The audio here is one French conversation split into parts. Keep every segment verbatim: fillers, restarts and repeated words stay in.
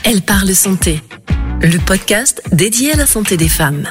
Elle parle santé, le podcast dédié à la santé des femmes.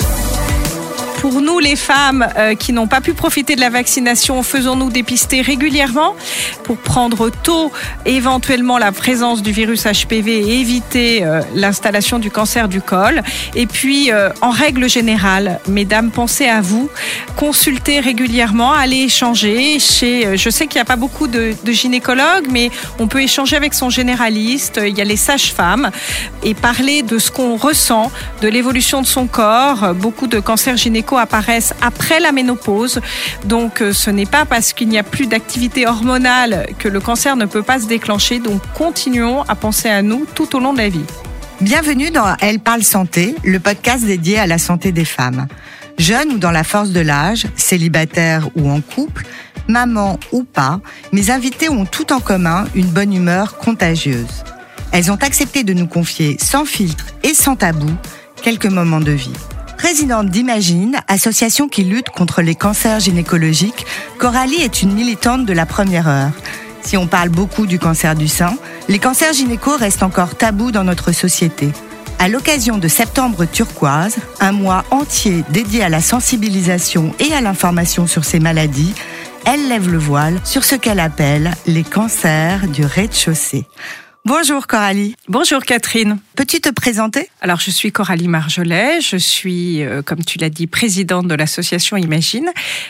Pour nous, les femmes euh, qui n'ont pas pu profiter de la vaccination, faisons-nous dépister régulièrement pour prendre tôt éventuellement la présence du virus H P V et éviter euh, l'installation du cancer du col. Et puis, euh, en règle générale, mesdames, pensez à vous, consultez régulièrement, allez échanger chez... Euh, je sais qu'il n'y a pas beaucoup de, de gynécologues, mais on peut échanger avec son généraliste, il y a les sages-femmes, et parler de ce qu'on ressent, de l'évolution de son corps. Beaucoup de cancers gynéco apparaissent après la ménopause. Donc, ce n'est pas parce qu'il n'y a plus d'activité hormonale que le cancer ne peut pas se déclencher. Donc, continuons à penser à nous tout au long de la vie. Bienvenue dans Elle parle santé, le podcast dédié à la santé des femmes. Jeunes ou dans la force de l'âge, célibataires ou en couple, maman ou pas, mes invités ont tout en commun une bonne humeur contagieuse. Elles ont accepté de nous confier sans filtre et sans tabou quelques moments de vie. Présidente d'Imagine, association qui lutte contre les cancers gynécologiques, Coralie est une militante de la première heure. Si on parle beaucoup du cancer du sein, les cancers gynéco restent encore tabous dans notre société. À l'occasion de Septembre Turquoise, un mois entier dédié à la sensibilisation et à l'information sur ces maladies, elle lève le voile sur ce qu'elle appelle les cancers du rez-de-chaussée. Bonjour Coralie. Bonjour Catherine. Peux-tu te présenter ? Alors, je suis Coralie Marjolais, je suis, euh, comme tu l'as dit, présidente de l'association Imagine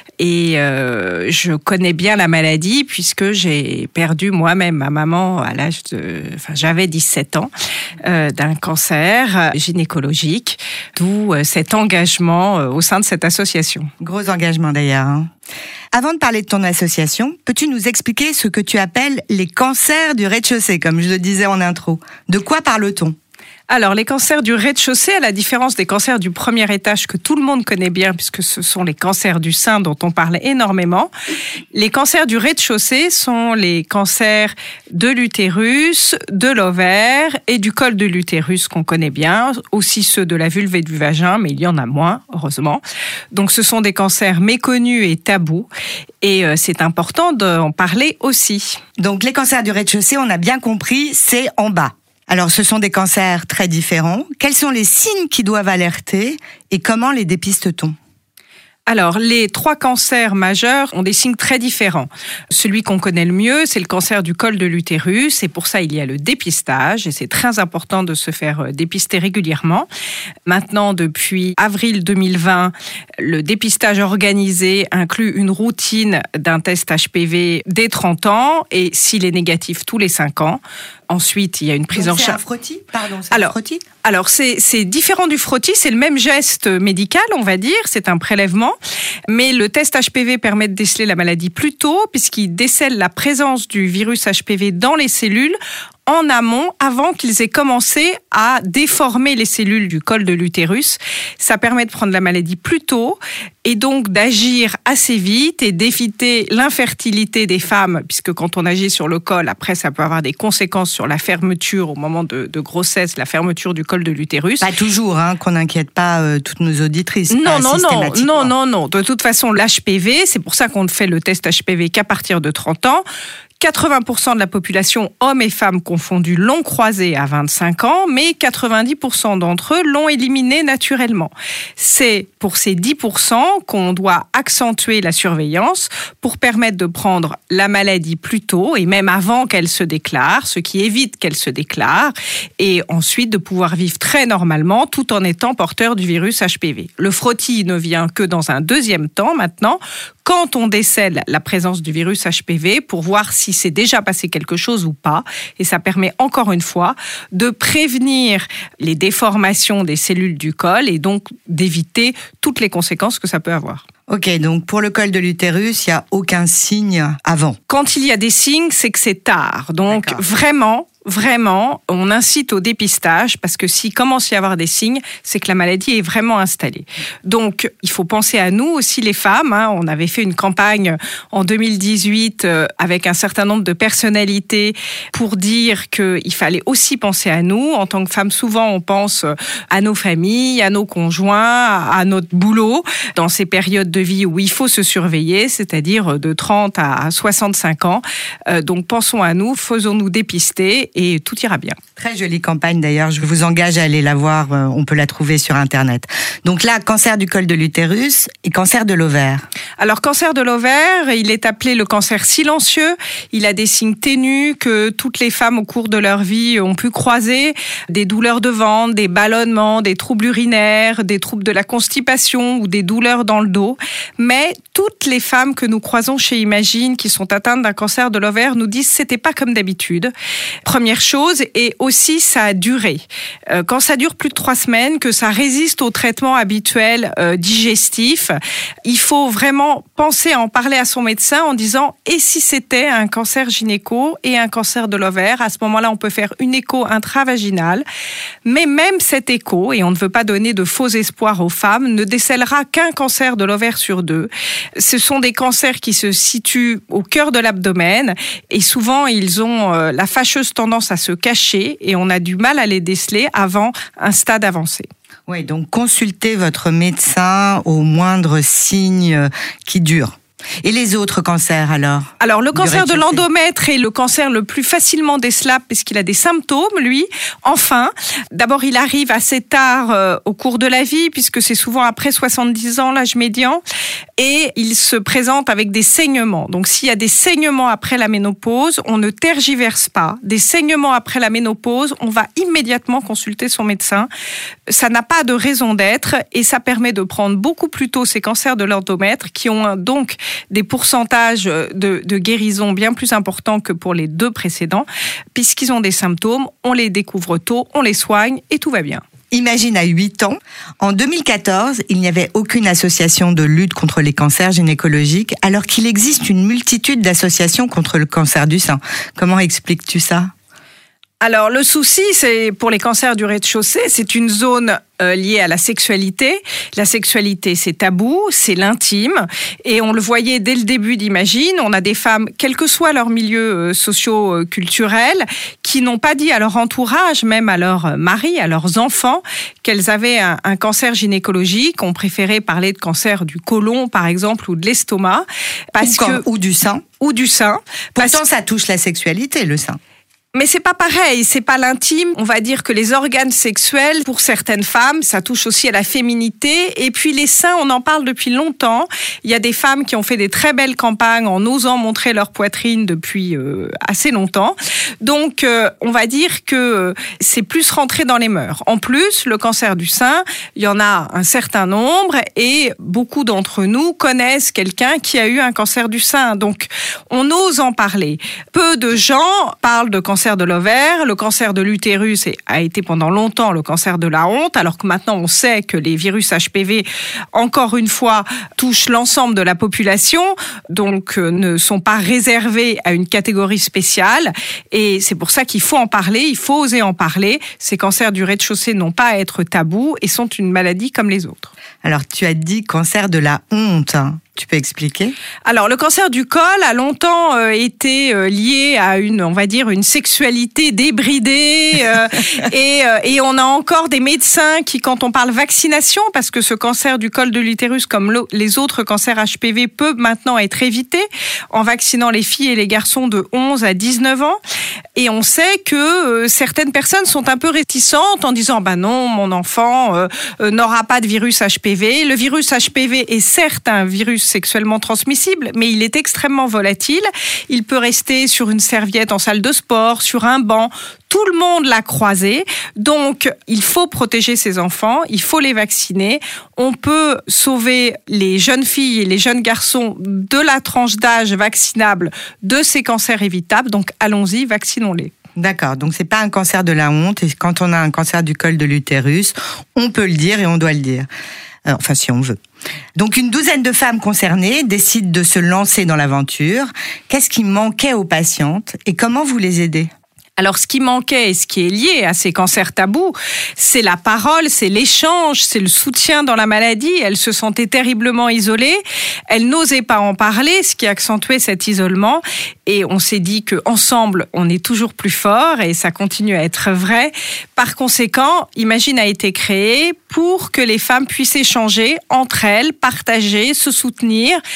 et euh, je connais bien la maladie puisque j'ai perdu moi-même ma maman à l'âge de... Enfin, j'avais dix-sept ans, euh, d'un cancer gynécologique, d'où euh, cet engagement euh, au sein de cette association. Gros engagement d'ailleurs, hein. Avant de parler de ton association, peux-tu nous expliquer ce que tu appelles les cancers du rez-de-chaussée, comme je le disais en intro ? De quoi parle-t-on ? Alors, les cancers du rez-de-chaussée, à la différence des cancers du premier étage que tout le monde connaît bien, puisque ce sont les cancers du sein dont on parle énormément, les cancers du rez-de-chaussée sont les cancers de l'utérus, de l'ovaire et du col de l'utérus qu'on connaît bien, aussi ceux de la vulve et du vagin, mais il y en a moins, heureusement. Donc, ce sont des cancers méconnus et tabous, et euh, c'est important d'en parler aussi. Donc, les cancers du rez-de-chaussée, on a bien compris, c'est en bas. Alors, ce sont des cancers très différents. Quels sont les signes qui doivent alerter et comment les dépiste-t-on ? Alors, les trois cancers majeurs ont des signes très différents. Celui qu'on connaît le mieux, c'est le cancer du col de l'utérus, et pour ça, il y a le dépistage, et c'est très important de se faire dépister régulièrement. Maintenant, depuis avril deux mille vingt, le dépistage organisé inclut une routine d'un test H P V dès trente ans, et s'il est négatif, tous les cinq ans. Ensuite, il y a une prise Donc en charge. C'est un frottis ? Pardon, c'est alors, un frottis ? Alors, c'est, c'est différent du frottis, c'est le même geste médical, on va dire, c'est un prélèvement. Mais le test H P V permet de déceler la maladie plus tôt, puisqu'il décèle la présence du virus H P V dans les cellules en amont, avant qu'ils aient commencé à déformer les cellules du col de l'utérus. Ça permet de prendre la maladie plus tôt et donc d'agir assez vite et d'éviter l'infertilité des femmes, puisque quand on agit sur le col, après, ça peut avoir des conséquences sur la fermeture au moment de, de grossesse, la fermeture du col de l'utérus. Pas toujours, hein, qu'on n'inquiète pas euh, toutes nos auditrices. Non, non, non, non, non, non. De toute façon, l'H P V, c'est pour ça qu'on ne fait le test H P V qu'à partir de trente ans. quatre-vingts pour cent de la population, hommes et femmes confondus, l'ont croisé à vingt-cinq ans, mais quatre-vingt-dix pour cent d'entre eux l'ont éliminé naturellement. C'est pour ces dix pour cent qu'on doit accentuer la surveillance pour permettre de prendre la maladie plus tôt et même avant qu'elle se déclare, ce qui évite qu'elle se déclare, et ensuite de pouvoir vivre très normalement tout en étant porteur du virus H P V. Le frottis ne vient que dans un deuxième temps maintenant, quand on décèle la présence du virus H P V pour voir si s'est déjà passé quelque chose ou pas. Et ça permet encore une fois de prévenir les déformations des cellules du col et donc d'éviter toutes les conséquences que ça peut avoir. Ok, donc pour le col de l'utérus, il n'y a aucun signe avant. Quand il y a des signes, c'est que c'est tard. Donc D'accord. vraiment, vraiment, on incite au dépistage parce que s'il commence à y avoir des signes, c'est que la maladie est vraiment installée. Donc, il faut penser à nous aussi, les femmes. Hein. On avait fait une campagne en deux mille dix-huit euh, avec un certain nombre de personnalités pour dire qu'il fallait aussi penser à nous. En tant que femmes, souvent, on pense à nos familles, à nos conjoints, à notre boulot, dans ces périodes de vie où il faut se surveiller, c'est-à-dire de trente à soixante-cinq ans. Euh, donc, pensons à nous, faisons-nous dépister et tout ira bien. Très jolie campagne d'ailleurs, je vous engage à aller la voir, on peut la trouver sur Internet. Donc là, cancer du col de l'utérus et cancer de l'ovaire. Alors, cancer de l'ovaire, il est appelé le cancer silencieux. Il a des signes ténus que toutes les femmes au cours de leur vie ont pu croiser. Des douleurs de ventre, des ballonnements, des troubles urinaires, des troubles de la constipation ou des douleurs dans le dos. Mais toutes les femmes que nous croisons chez Imagine qui sont atteintes d'un cancer de l'ovaire nous disent que c'était pas comme d'habitude. Première chose, et aussi ça a duré. Euh, quand ça dure plus de trois semaines, que ça résiste au traitement habituel euh, digestif, il faut vraiment penser à en parler à son médecin en disant « et si c'était un cancer gynéco et un cancer de l'ovaire ?» À ce moment-là, on peut faire une écho intravaginale. Mais même cette écho, et on ne veut pas donner de faux espoirs aux femmes, ne décèlera qu'un cancer de l'ovaire sur deux. Ce sont des cancers qui se situent au cœur de l'abdomen et souvent ils ont euh, la fâcheuse tendance à se cacher et on a du mal à les déceler avant un stade avancé. Oui, donc consultez votre médecin au moindre signe qui dure. Et les autres cancers alors ? Alors le cancer de l'endomètre est le cancer le plus facilement décelable puisqu'il a des symptômes, lui. Enfin, d'abord il arrive assez tard euh, au cours de la vie puisque c'est souvent après soixante-dix ans, l'âge médian. Et il se présente avec des saignements. Donc s'il y a des saignements après la ménopause, on ne tergiverse pas. Des saignements après la ménopause, on va immédiatement consulter son médecin. Ça n'a pas de raison d'être et ça permet de prendre beaucoup plus tôt ces cancers de l'endomètre qui ont donc des pourcentages de, de guérison bien plus importants que pour les deux précédents. Puisqu'ils ont des symptômes, on les découvre tôt, on les soigne et tout va bien. Imagine à huit ans. En deux mille quatorze, il n'y avait aucune association de lutte contre les cancers gynécologiques, alors qu'il existe une multitude d'associations contre le cancer du sein. Comment expliques-tu ça ? Alors, le souci, c'est pour les cancers du rez-de-chaussée, c'est une zone euh, liée à la sexualité. La sexualité, c'est tabou, c'est l'intime. Et on le voyait dès le début d'Imagine, on a des femmes, quel que soit leur milieu euh, socio-culturel, qui n'ont pas dit à leur entourage, même à leur mari, à leurs enfants, qu'elles avaient un, un cancer gynécologique. On préférait parler de cancer du côlon, par exemple, ou de l'estomac. Parce ou, quand, que, ou du sein. Ou du sein. Pourtant, parce... ça touche la sexualité, le sein. Mais c'est pas pareil, c'est pas l'intime. On va dire que les organes sexuels, pour certaines femmes, ça touche aussi à la féminité. Et puis les seins, on en parle depuis longtemps. Il y a des femmes qui ont fait des très belles campagnes en osant montrer leur poitrine depuis euh, assez longtemps. Donc, euh, on va dire que c'est plus rentré dans les mœurs. En plus, le cancer du sein, il y en a un certain nombre et beaucoup d'entre nous connaissent quelqu'un qui a eu un cancer du sein. Donc, on ose en parler. Peu de gens parlent de cancer de l'ovaire, le cancer de l'utérus a été pendant longtemps le cancer de la honte, alors que maintenant on sait que les virus H P V, encore une fois, touchent l'ensemble de la population, donc euh, ne sont pas réservés à une catégorie spéciale. Et c'est pour ça qu'il faut en parler, il faut oser en parler. Ces cancers du rez-de-chaussée n'ont pas à être tabous et sont une maladie comme les autres. Alors tu as dit cancer de la honte. Tu peux expliquer ? Alors, le cancer du col a longtemps euh, été euh, lié à une, on va dire, une sexualité débridée. Euh, et, euh, et on a encore des médecins qui, quand on parle vaccination, parce que ce cancer du col de l'utérus, comme le, les autres cancers H P V, peut maintenant être évité en vaccinant les filles et les garçons de onze à dix-neuf ans. Et on sait que euh, certaines personnes sont un peu réticentes en disant « bah non, mon enfant euh, euh, n'aura pas de virus H P V ». Le virus H P V est certes un virus sexuellement transmissible, mais il est extrêmement volatile. Il peut rester sur une serviette en salle de sport, sur un banc. Tout le monde l'a croisé. Donc, il faut protéger ses enfants, il faut les vacciner. On peut sauver les jeunes filles et les jeunes garçons de la tranche d'âge vaccinable de ces cancers évitables. Donc, allons-y, vaccinons-les. D'accord, donc c'est pas un cancer de la honte. Et quand on a un cancer du col de l'utérus, on peut le dire et on doit le dire. Enfin, si on veut. Donc, une douzaine de femmes concernées décident de se lancer dans l'aventure. Qu'est-ce qui manquait aux patientes et comment vous les aidez ? Alors, ce qui manquait et ce qui est lié à ces cancers tabous, c'est la parole, c'est l'échange, c'est le soutien dans la maladie. Elles se sentaient terriblement isolées. Elles n'osaient pas en parler, ce qui accentuait cet isolement. Et on s'est dit qu'ensemble, on est toujours plus fort et ça continue à être vrai. Par conséquent, Imagine a été créé pour que les femmes puissent échanger entre elles, partager, se soutenir,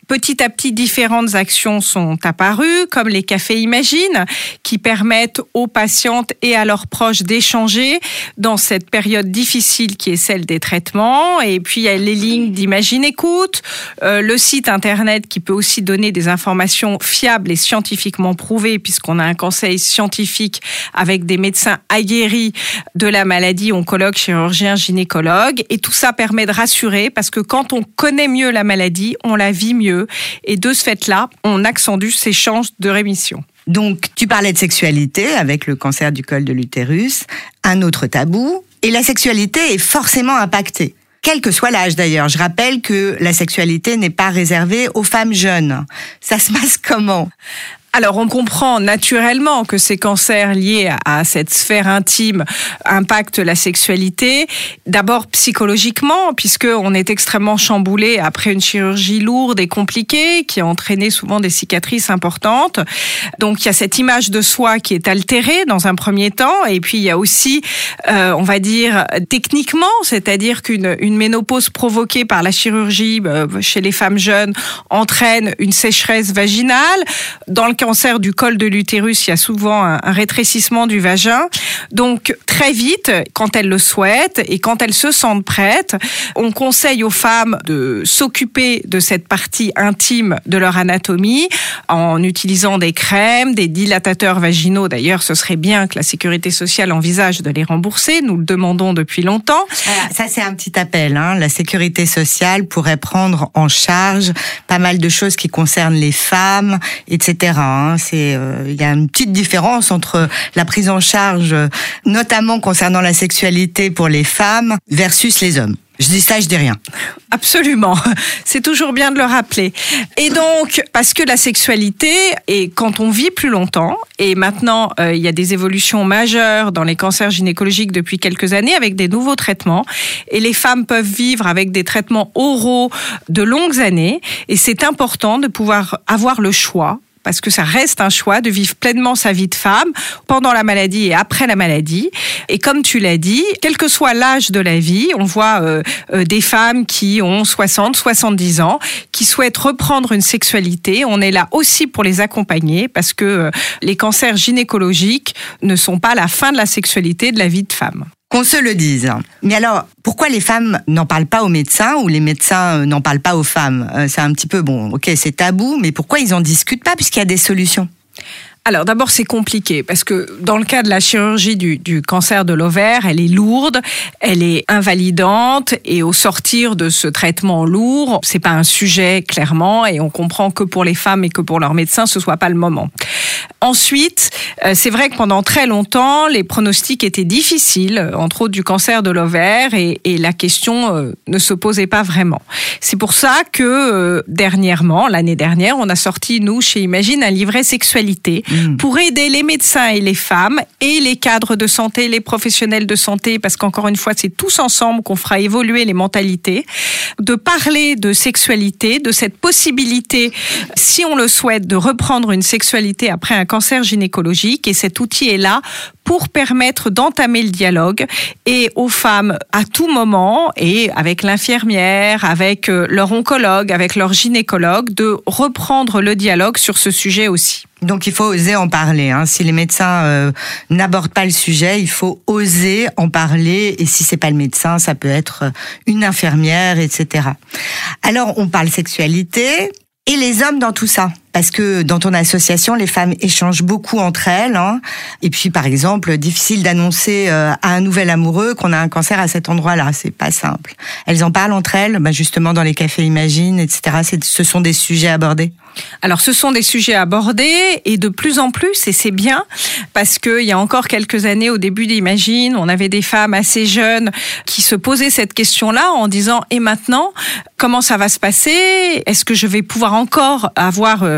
Petit à petit, différentes actions sont apparues, comme les cafés Imagine, qui permettent aux patientes et à leurs proches d'échanger dans cette période difficile qui est celle des traitements. Et puis, il y a les lignes d'Imagine Écoute, euh, le site internet qui peut aussi donner des informations fiables et scientifiquement prouvées, puisqu'on a un conseil scientifique avec des médecins aguerris de la maladie, oncologues, chirurgiens, gynécologues. Et tout ça permet de rassurer, parce que quand on connaît mieux la maladie, on la vit mieux. Et de ce fait-là, on accentue ses chances de rémission. Donc, tu parlais de sexualité avec le cancer du col de l'utérus, un autre tabou, et la sexualité est forcément impactée. Quel que soit l'âge d'ailleurs. Je rappelle que la sexualité n'est pas réservée aux femmes jeunes. Ça se passe comment ? Alors, on comprend naturellement que ces cancers liés à cette sphère intime impactent la sexualité. D'abord psychologiquement, puisqu'on est extrêmement chamboulé après une chirurgie lourde et compliquée, qui a entraîné souvent des cicatrices importantes. Donc, il y a cette image de soi qui est altérée dans un premier temps. Et puis, il y a aussi, euh, on va dire, techniquement, c'est-à-dire qu'une une ménopause provoquée par la chirurgie euh, chez les femmes jeunes entraîne une sécheresse vaginale. Dans le cancer du col de l'utérus, il y a souvent un, un rétrécissement du vagin. Donc, très vite, quand elles le souhaitent et quand elles se sentent prêtes, on conseille aux femmes de s'occuper de cette partie intime de leur anatomie en utilisant des crèmes, des dilatateurs vaginaux. D'ailleurs, ce serait bien que la Sécurité sociale envisage de les rembourser. Nous le demandons depuis longtemps. Voilà, ça, c'est un petit appel. Hein. La Sécurité sociale pourrait prendre en charge pas mal de choses qui concernent les femmes, et cetera. C'est, euh, il y a une petite différence entre la prise en charge, notamment concernant la sexualité pour les femmes, versus les hommes. Je dis ça, je dis rien. Absolument. C'est toujours bien de le rappeler. Et donc, parce que la sexualité, et quand on vit plus longtemps, et maintenant, euh, il y a des évolutions majeures dans les cancers gynécologiques depuis quelques années avec des nouveaux traitements, et les femmes peuvent vivre avec des traitements oraux de longues années, et c'est important de pouvoir avoir le choix, parce que ça reste un choix de vivre pleinement sa vie de femme pendant la maladie et après la maladie. Et comme tu l'as dit, quel que soit l'âge de la vie, on voit euh, euh, des femmes qui ont soixante, soixante-dix ans, qui souhaitent reprendre une sexualité. On est là aussi pour les accompagner, parce que euh, les cancers gynécologiques ne sont pas la fin de la sexualité de la vie de femme. Qu'on se le dise. Mais alors, pourquoi les femmes n'en parlent pas aux médecins ou les médecins n'en parlent pas aux femmes ? C'est un petit peu, bon, ok, c'est tabou, mais pourquoi ils en discutent pas puisqu'il y a des solutions ? Alors d'abord, c'est compliqué parce que dans le cas de la chirurgie du, du cancer de l'ovaire, elle est lourde, elle est invalidante, et au sortir de ce traitement lourd, c'est pas un sujet clairement, et on comprend que pour les femmes et que pour leurs médecins, ce soit pas le moment. Ensuite, c'est vrai que pendant très longtemps, les pronostics étaient difficiles, entre autres du cancer de l'ovaire, et, et la question ne se posait pas vraiment. C'est pour ça que dernièrement, l'année dernière, on a sorti, nous, chez Imagine, un livret sexualité pour aider les médecins et les femmes et les cadres de santé, les professionnels de santé, parce qu'encore une fois, c'est tous ensemble qu'on fera évoluer les mentalités, de parler de sexualité, de cette possibilité, si on le souhaite, de reprendre une sexualité après un cancer gynécologique. Et cet outil est là pour permettre d'entamer le dialogue, et aux femmes à tout moment, et avec l'infirmière, avec leur oncologue, avec leur gynécologue, de reprendre le dialogue sur ce sujet aussi. Donc il faut oser en parler. Hein. Si les médecins euh, n'abordent pas le sujet, il faut oser en parler. Et si c'est pas le médecin, ça peut être une infirmière, et cetera. Alors on parle sexualité. Et les hommes dans tout ça, parce que dans ton association, les femmes échangent beaucoup entre elles. Hein. Et puis, par exemple, difficile d'annoncer à un nouvel amoureux qu'on a un cancer à cet endroit-là. C'est pas simple. Elles en parlent entre elles, bah justement dans les cafés Imagine, et cetera. C'est, ce sont des sujets abordés. Alors, ce sont des sujets abordés, et de plus en plus, et c'est bien, parce qu'il y a encore quelques années, au début d'Imagine, on avait des femmes assez jeunes qui se posaient cette question-là en disant « Et maintenant, comment ça va se passer ? Est-ce que je vais pouvoir encore avoir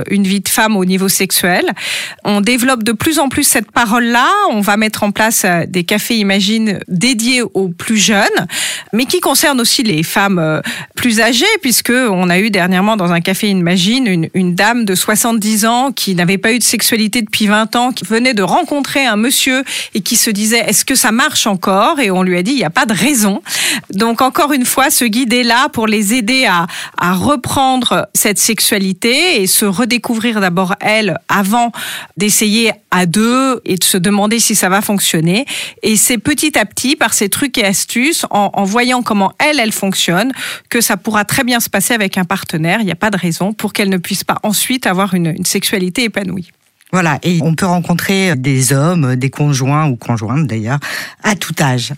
une vie de femme au niveau sexuel. On développe de plus en plus cette parole-là. On va mettre en place des cafés Imagine dédiés aux plus jeunes, mais qui concernent aussi les femmes plus âgées, puisque on a eu dernièrement dans un café Imagine une, une dame de soixante-dix ans qui n'avait pas eu de sexualité depuis vingt ans, qui venait de rencontrer un monsieur et qui se disait est-ce que ça marche encore ? Et on lui a dit il n'y a pas de raison. Donc encore une fois, ce guide est là pour les aider à, à reprendre cette sexualité et se redécouvrir d'abord elle avant d'essayer à deux et de se demander si ça va fonctionner. Et c'est petit à petit, par ces trucs et astuces, en, en voyant comment elle, elle fonctionne, que ça pourra très bien se passer avec un partenaire. Il n'y a pas de raison pour qu'elle ne puisse pas ensuite avoir une, une sexualité épanouie. Voilà, et on peut rencontrer des hommes, des conjoints ou conjointes d'ailleurs, à tout âge.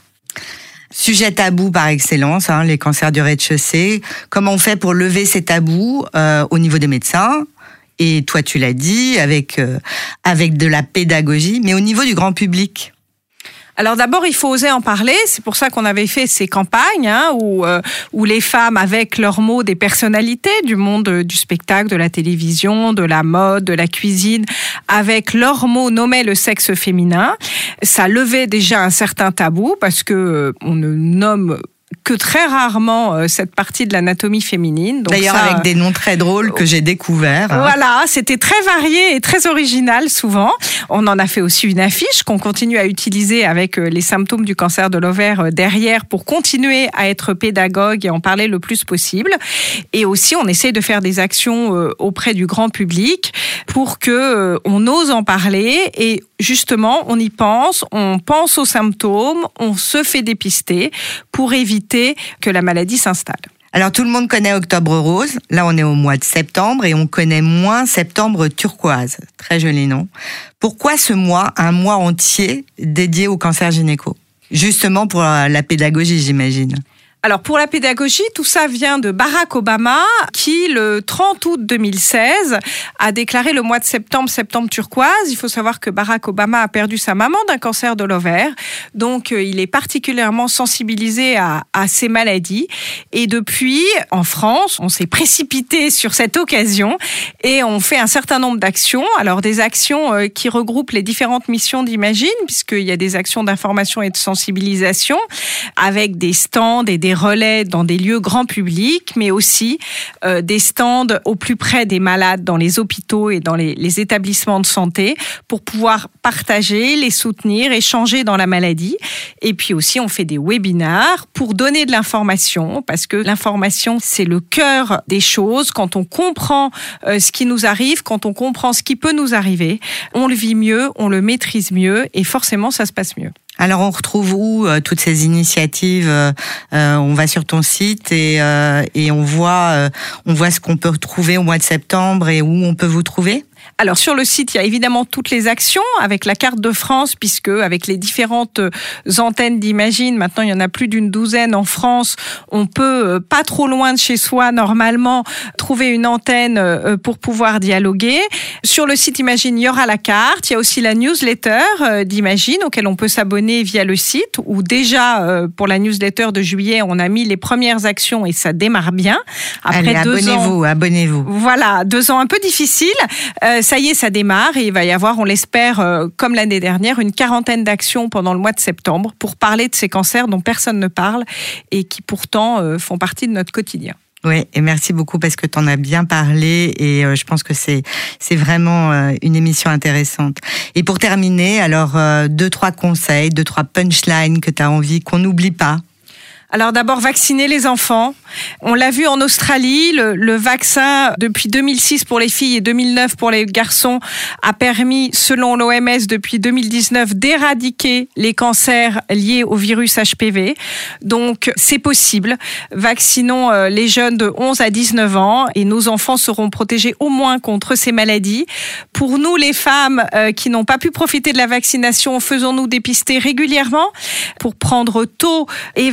Sujet tabou par excellence, hein, les cancers du rez-de-chaussée. Comment on fait pour lever ces tabous euh, au niveau des médecins ? Et toi, tu l'as dit, avec, euh, avec de la pédagogie, mais au niveau du grand public. Alors d'abord, il faut oser en parler. C'est pour ça qu'on avait fait ces campagnes hein, où, euh, où les femmes, avec leurs mots, des personnalités du monde du spectacle, de la télévision, de la mode, de la cuisine, avec leurs mots nommaient le sexe féminin. Ça levait déjà un certain tabou parce que euh, on ne nomme que très rarement euh, cette partie de l'anatomie féminine. Donc D'ailleurs, ça, avec des noms très drôles que j'ai découverts. Voilà, c'était très varié et très original souvent. On en a fait aussi une affiche qu'on continue à utiliser avec les symptômes du cancer de l'ovaire derrière pour continuer à être pédagogue et en parler le plus possible. Et aussi, on essaie de faire des actions auprès du grand public pour que on ose en parler et justement, on y pense, on pense aux symptômes, on se fait dépister pour éviter que la maladie s'installe. Alors tout le monde connaît Octobre Rose, là on est au mois de septembre et on connaît moins Septembre Turquoise, très joli nom. Pourquoi ce mois, un mois entier dédié au cancer gynéco ? Justement pour la pédagogie, j'imagine. Alors pour la pédagogie, tout ça vient de Barack Obama qui, le trente août deux mille seize, a déclaré le mois de septembre, septembre turquoise. Il faut savoir que Barack Obama a perdu sa maman d'un cancer de l'ovaire, donc euh, il est particulièrement sensibilisé à, à ces maladies. Et depuis, en France, on s'est précipité sur cette occasion et on fait un certain nombre d'actions. Alors des actions euh, qui regroupent les différentes missions d'Imagine, puisqu'il y a des actions d'information et de sensibilisation avec des stands et des relais dans des lieux grand public, mais aussi euh, des stands au plus près des malades dans les hôpitaux et dans les, les établissements de santé pour pouvoir partager, les soutenir, échanger dans la maladie. Et puis aussi, on fait des webinars pour donner de l'information, parce que l'information, c'est le cœur des choses. Quand on comprend euh, ce qui nous arrive, quand on comprend ce qui peut nous arriver, on le vit mieux, on le maîtrise mieux et forcément, ça se passe mieux. Alors on retrouve où euh, toutes ces initiatives euh, on va sur ton site et, euh, et on voit, euh, on voit ce qu'on peut retrouver au mois de septembre et où on peut vous trouver ? Alors sur le site, il y a évidemment toutes les actions avec la carte de France, puisque avec les différentes antennes d'Imagine, maintenant il y en a plus d'une douzaine en France, on peut pas trop loin de chez soi normalement trouver une antenne pour pouvoir dialoguer. Sur le site Imagine, il y aura la carte, il y a aussi la newsletter d'Imagine auquel on peut s'abonner via le site, où déjà pour la newsletter de juillet, on a mis les premières actions et ça démarre bien. Après Allez, deux abonnez-vous, ans, abonnez-vous. Voilà, deux ans un peu difficiles. Euh, ça y est, ça démarre et il va y avoir, on l'espère, euh, comme l'année dernière, une quarantaine d'actions pendant le mois de septembre pour parler de ces cancers dont personne ne parle et qui pourtant euh, font partie de notre quotidien. Oui, et merci beaucoup parce que tu en as bien parlé et euh, je pense que c'est c'est vraiment euh, une émission intéressante. Et pour terminer, alors euh, deux, trois conseils, deux, trois punchlines que tu as envie qu'on n'oublie pas. Alors d'abord, vacciner les enfants. On l'a vu en Australie, le, le vaccin depuis deux mille six pour les filles et deux mille neuf pour les garçons a permis, selon l'O M S, depuis deux mille dix-neuf, d'éradiquer les cancers liés au virus H P V. Donc c'est possible. Vaccinons les jeunes de onze à dix-neuf ans et nos enfants seront protégés au moins contre ces maladies. Pour nous, les femmes qui n'ont pas pu profiter de la vaccination, faisons-nous dépister régulièrement pour prendre tôt et éventuellement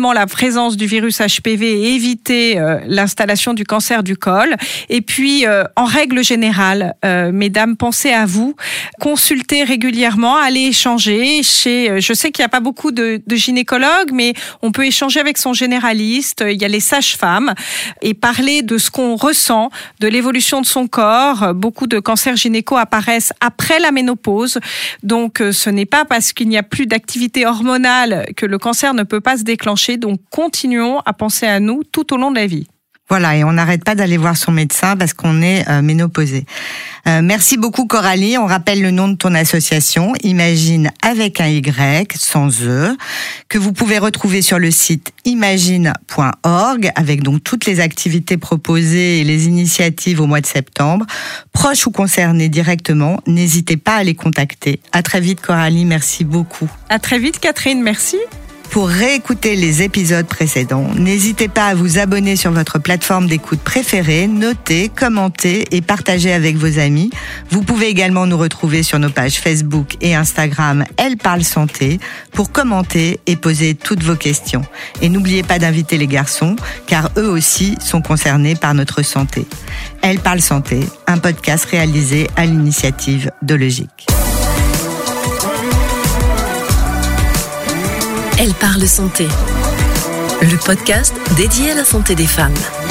probablement la présence du virus H P V et éviter euh, l'installation du cancer du col. Et puis, euh, en règle générale, euh, mesdames, pensez à vous, consultez régulièrement, allez échanger chez... Je sais qu'il n'y a pas beaucoup de, de gynécologues, mais on peut échanger avec son généraliste. Il y a les sages-femmes et parler de ce qu'on ressent, de l'évolution de son corps. Beaucoup de cancers gynéco apparaissent après la ménopause. Donc, ce n'est pas parce qu'il n'y a plus d'activité hormonale que le cancer ne peut pas se déclencher. Donc, continuons à penser à nous tout au long de la vie. Voilà, et on n'arrête pas d'aller voir son médecin parce qu'on est euh, ménopausé. Euh, merci beaucoup Coralie. On rappelle le nom de ton association, Imagine avec un Y, sans E, que vous pouvez retrouver sur le site imagine point org avec donc toutes les activités proposées et les initiatives au mois de septembre. Proches ou concernés directement, n'hésitez pas à les contacter. À très vite Coralie, merci beaucoup. À très vite Catherine, merci. Pour réécouter les épisodes précédents, n'hésitez pas à vous abonner sur votre plateforme d'écoute préférée, noter, commenter et partager avec vos amis. Vous pouvez également nous retrouver sur nos pages Facebook et Instagram Elle parle santé pour commenter et poser toutes vos questions. Et n'oubliez pas d'inviter les garçons, car eux aussi sont concernés par notre santé. Elle parle santé, un podcast réalisé à l'initiative de Logique. Elle parle santé, le podcast dédié à la santé des femmes.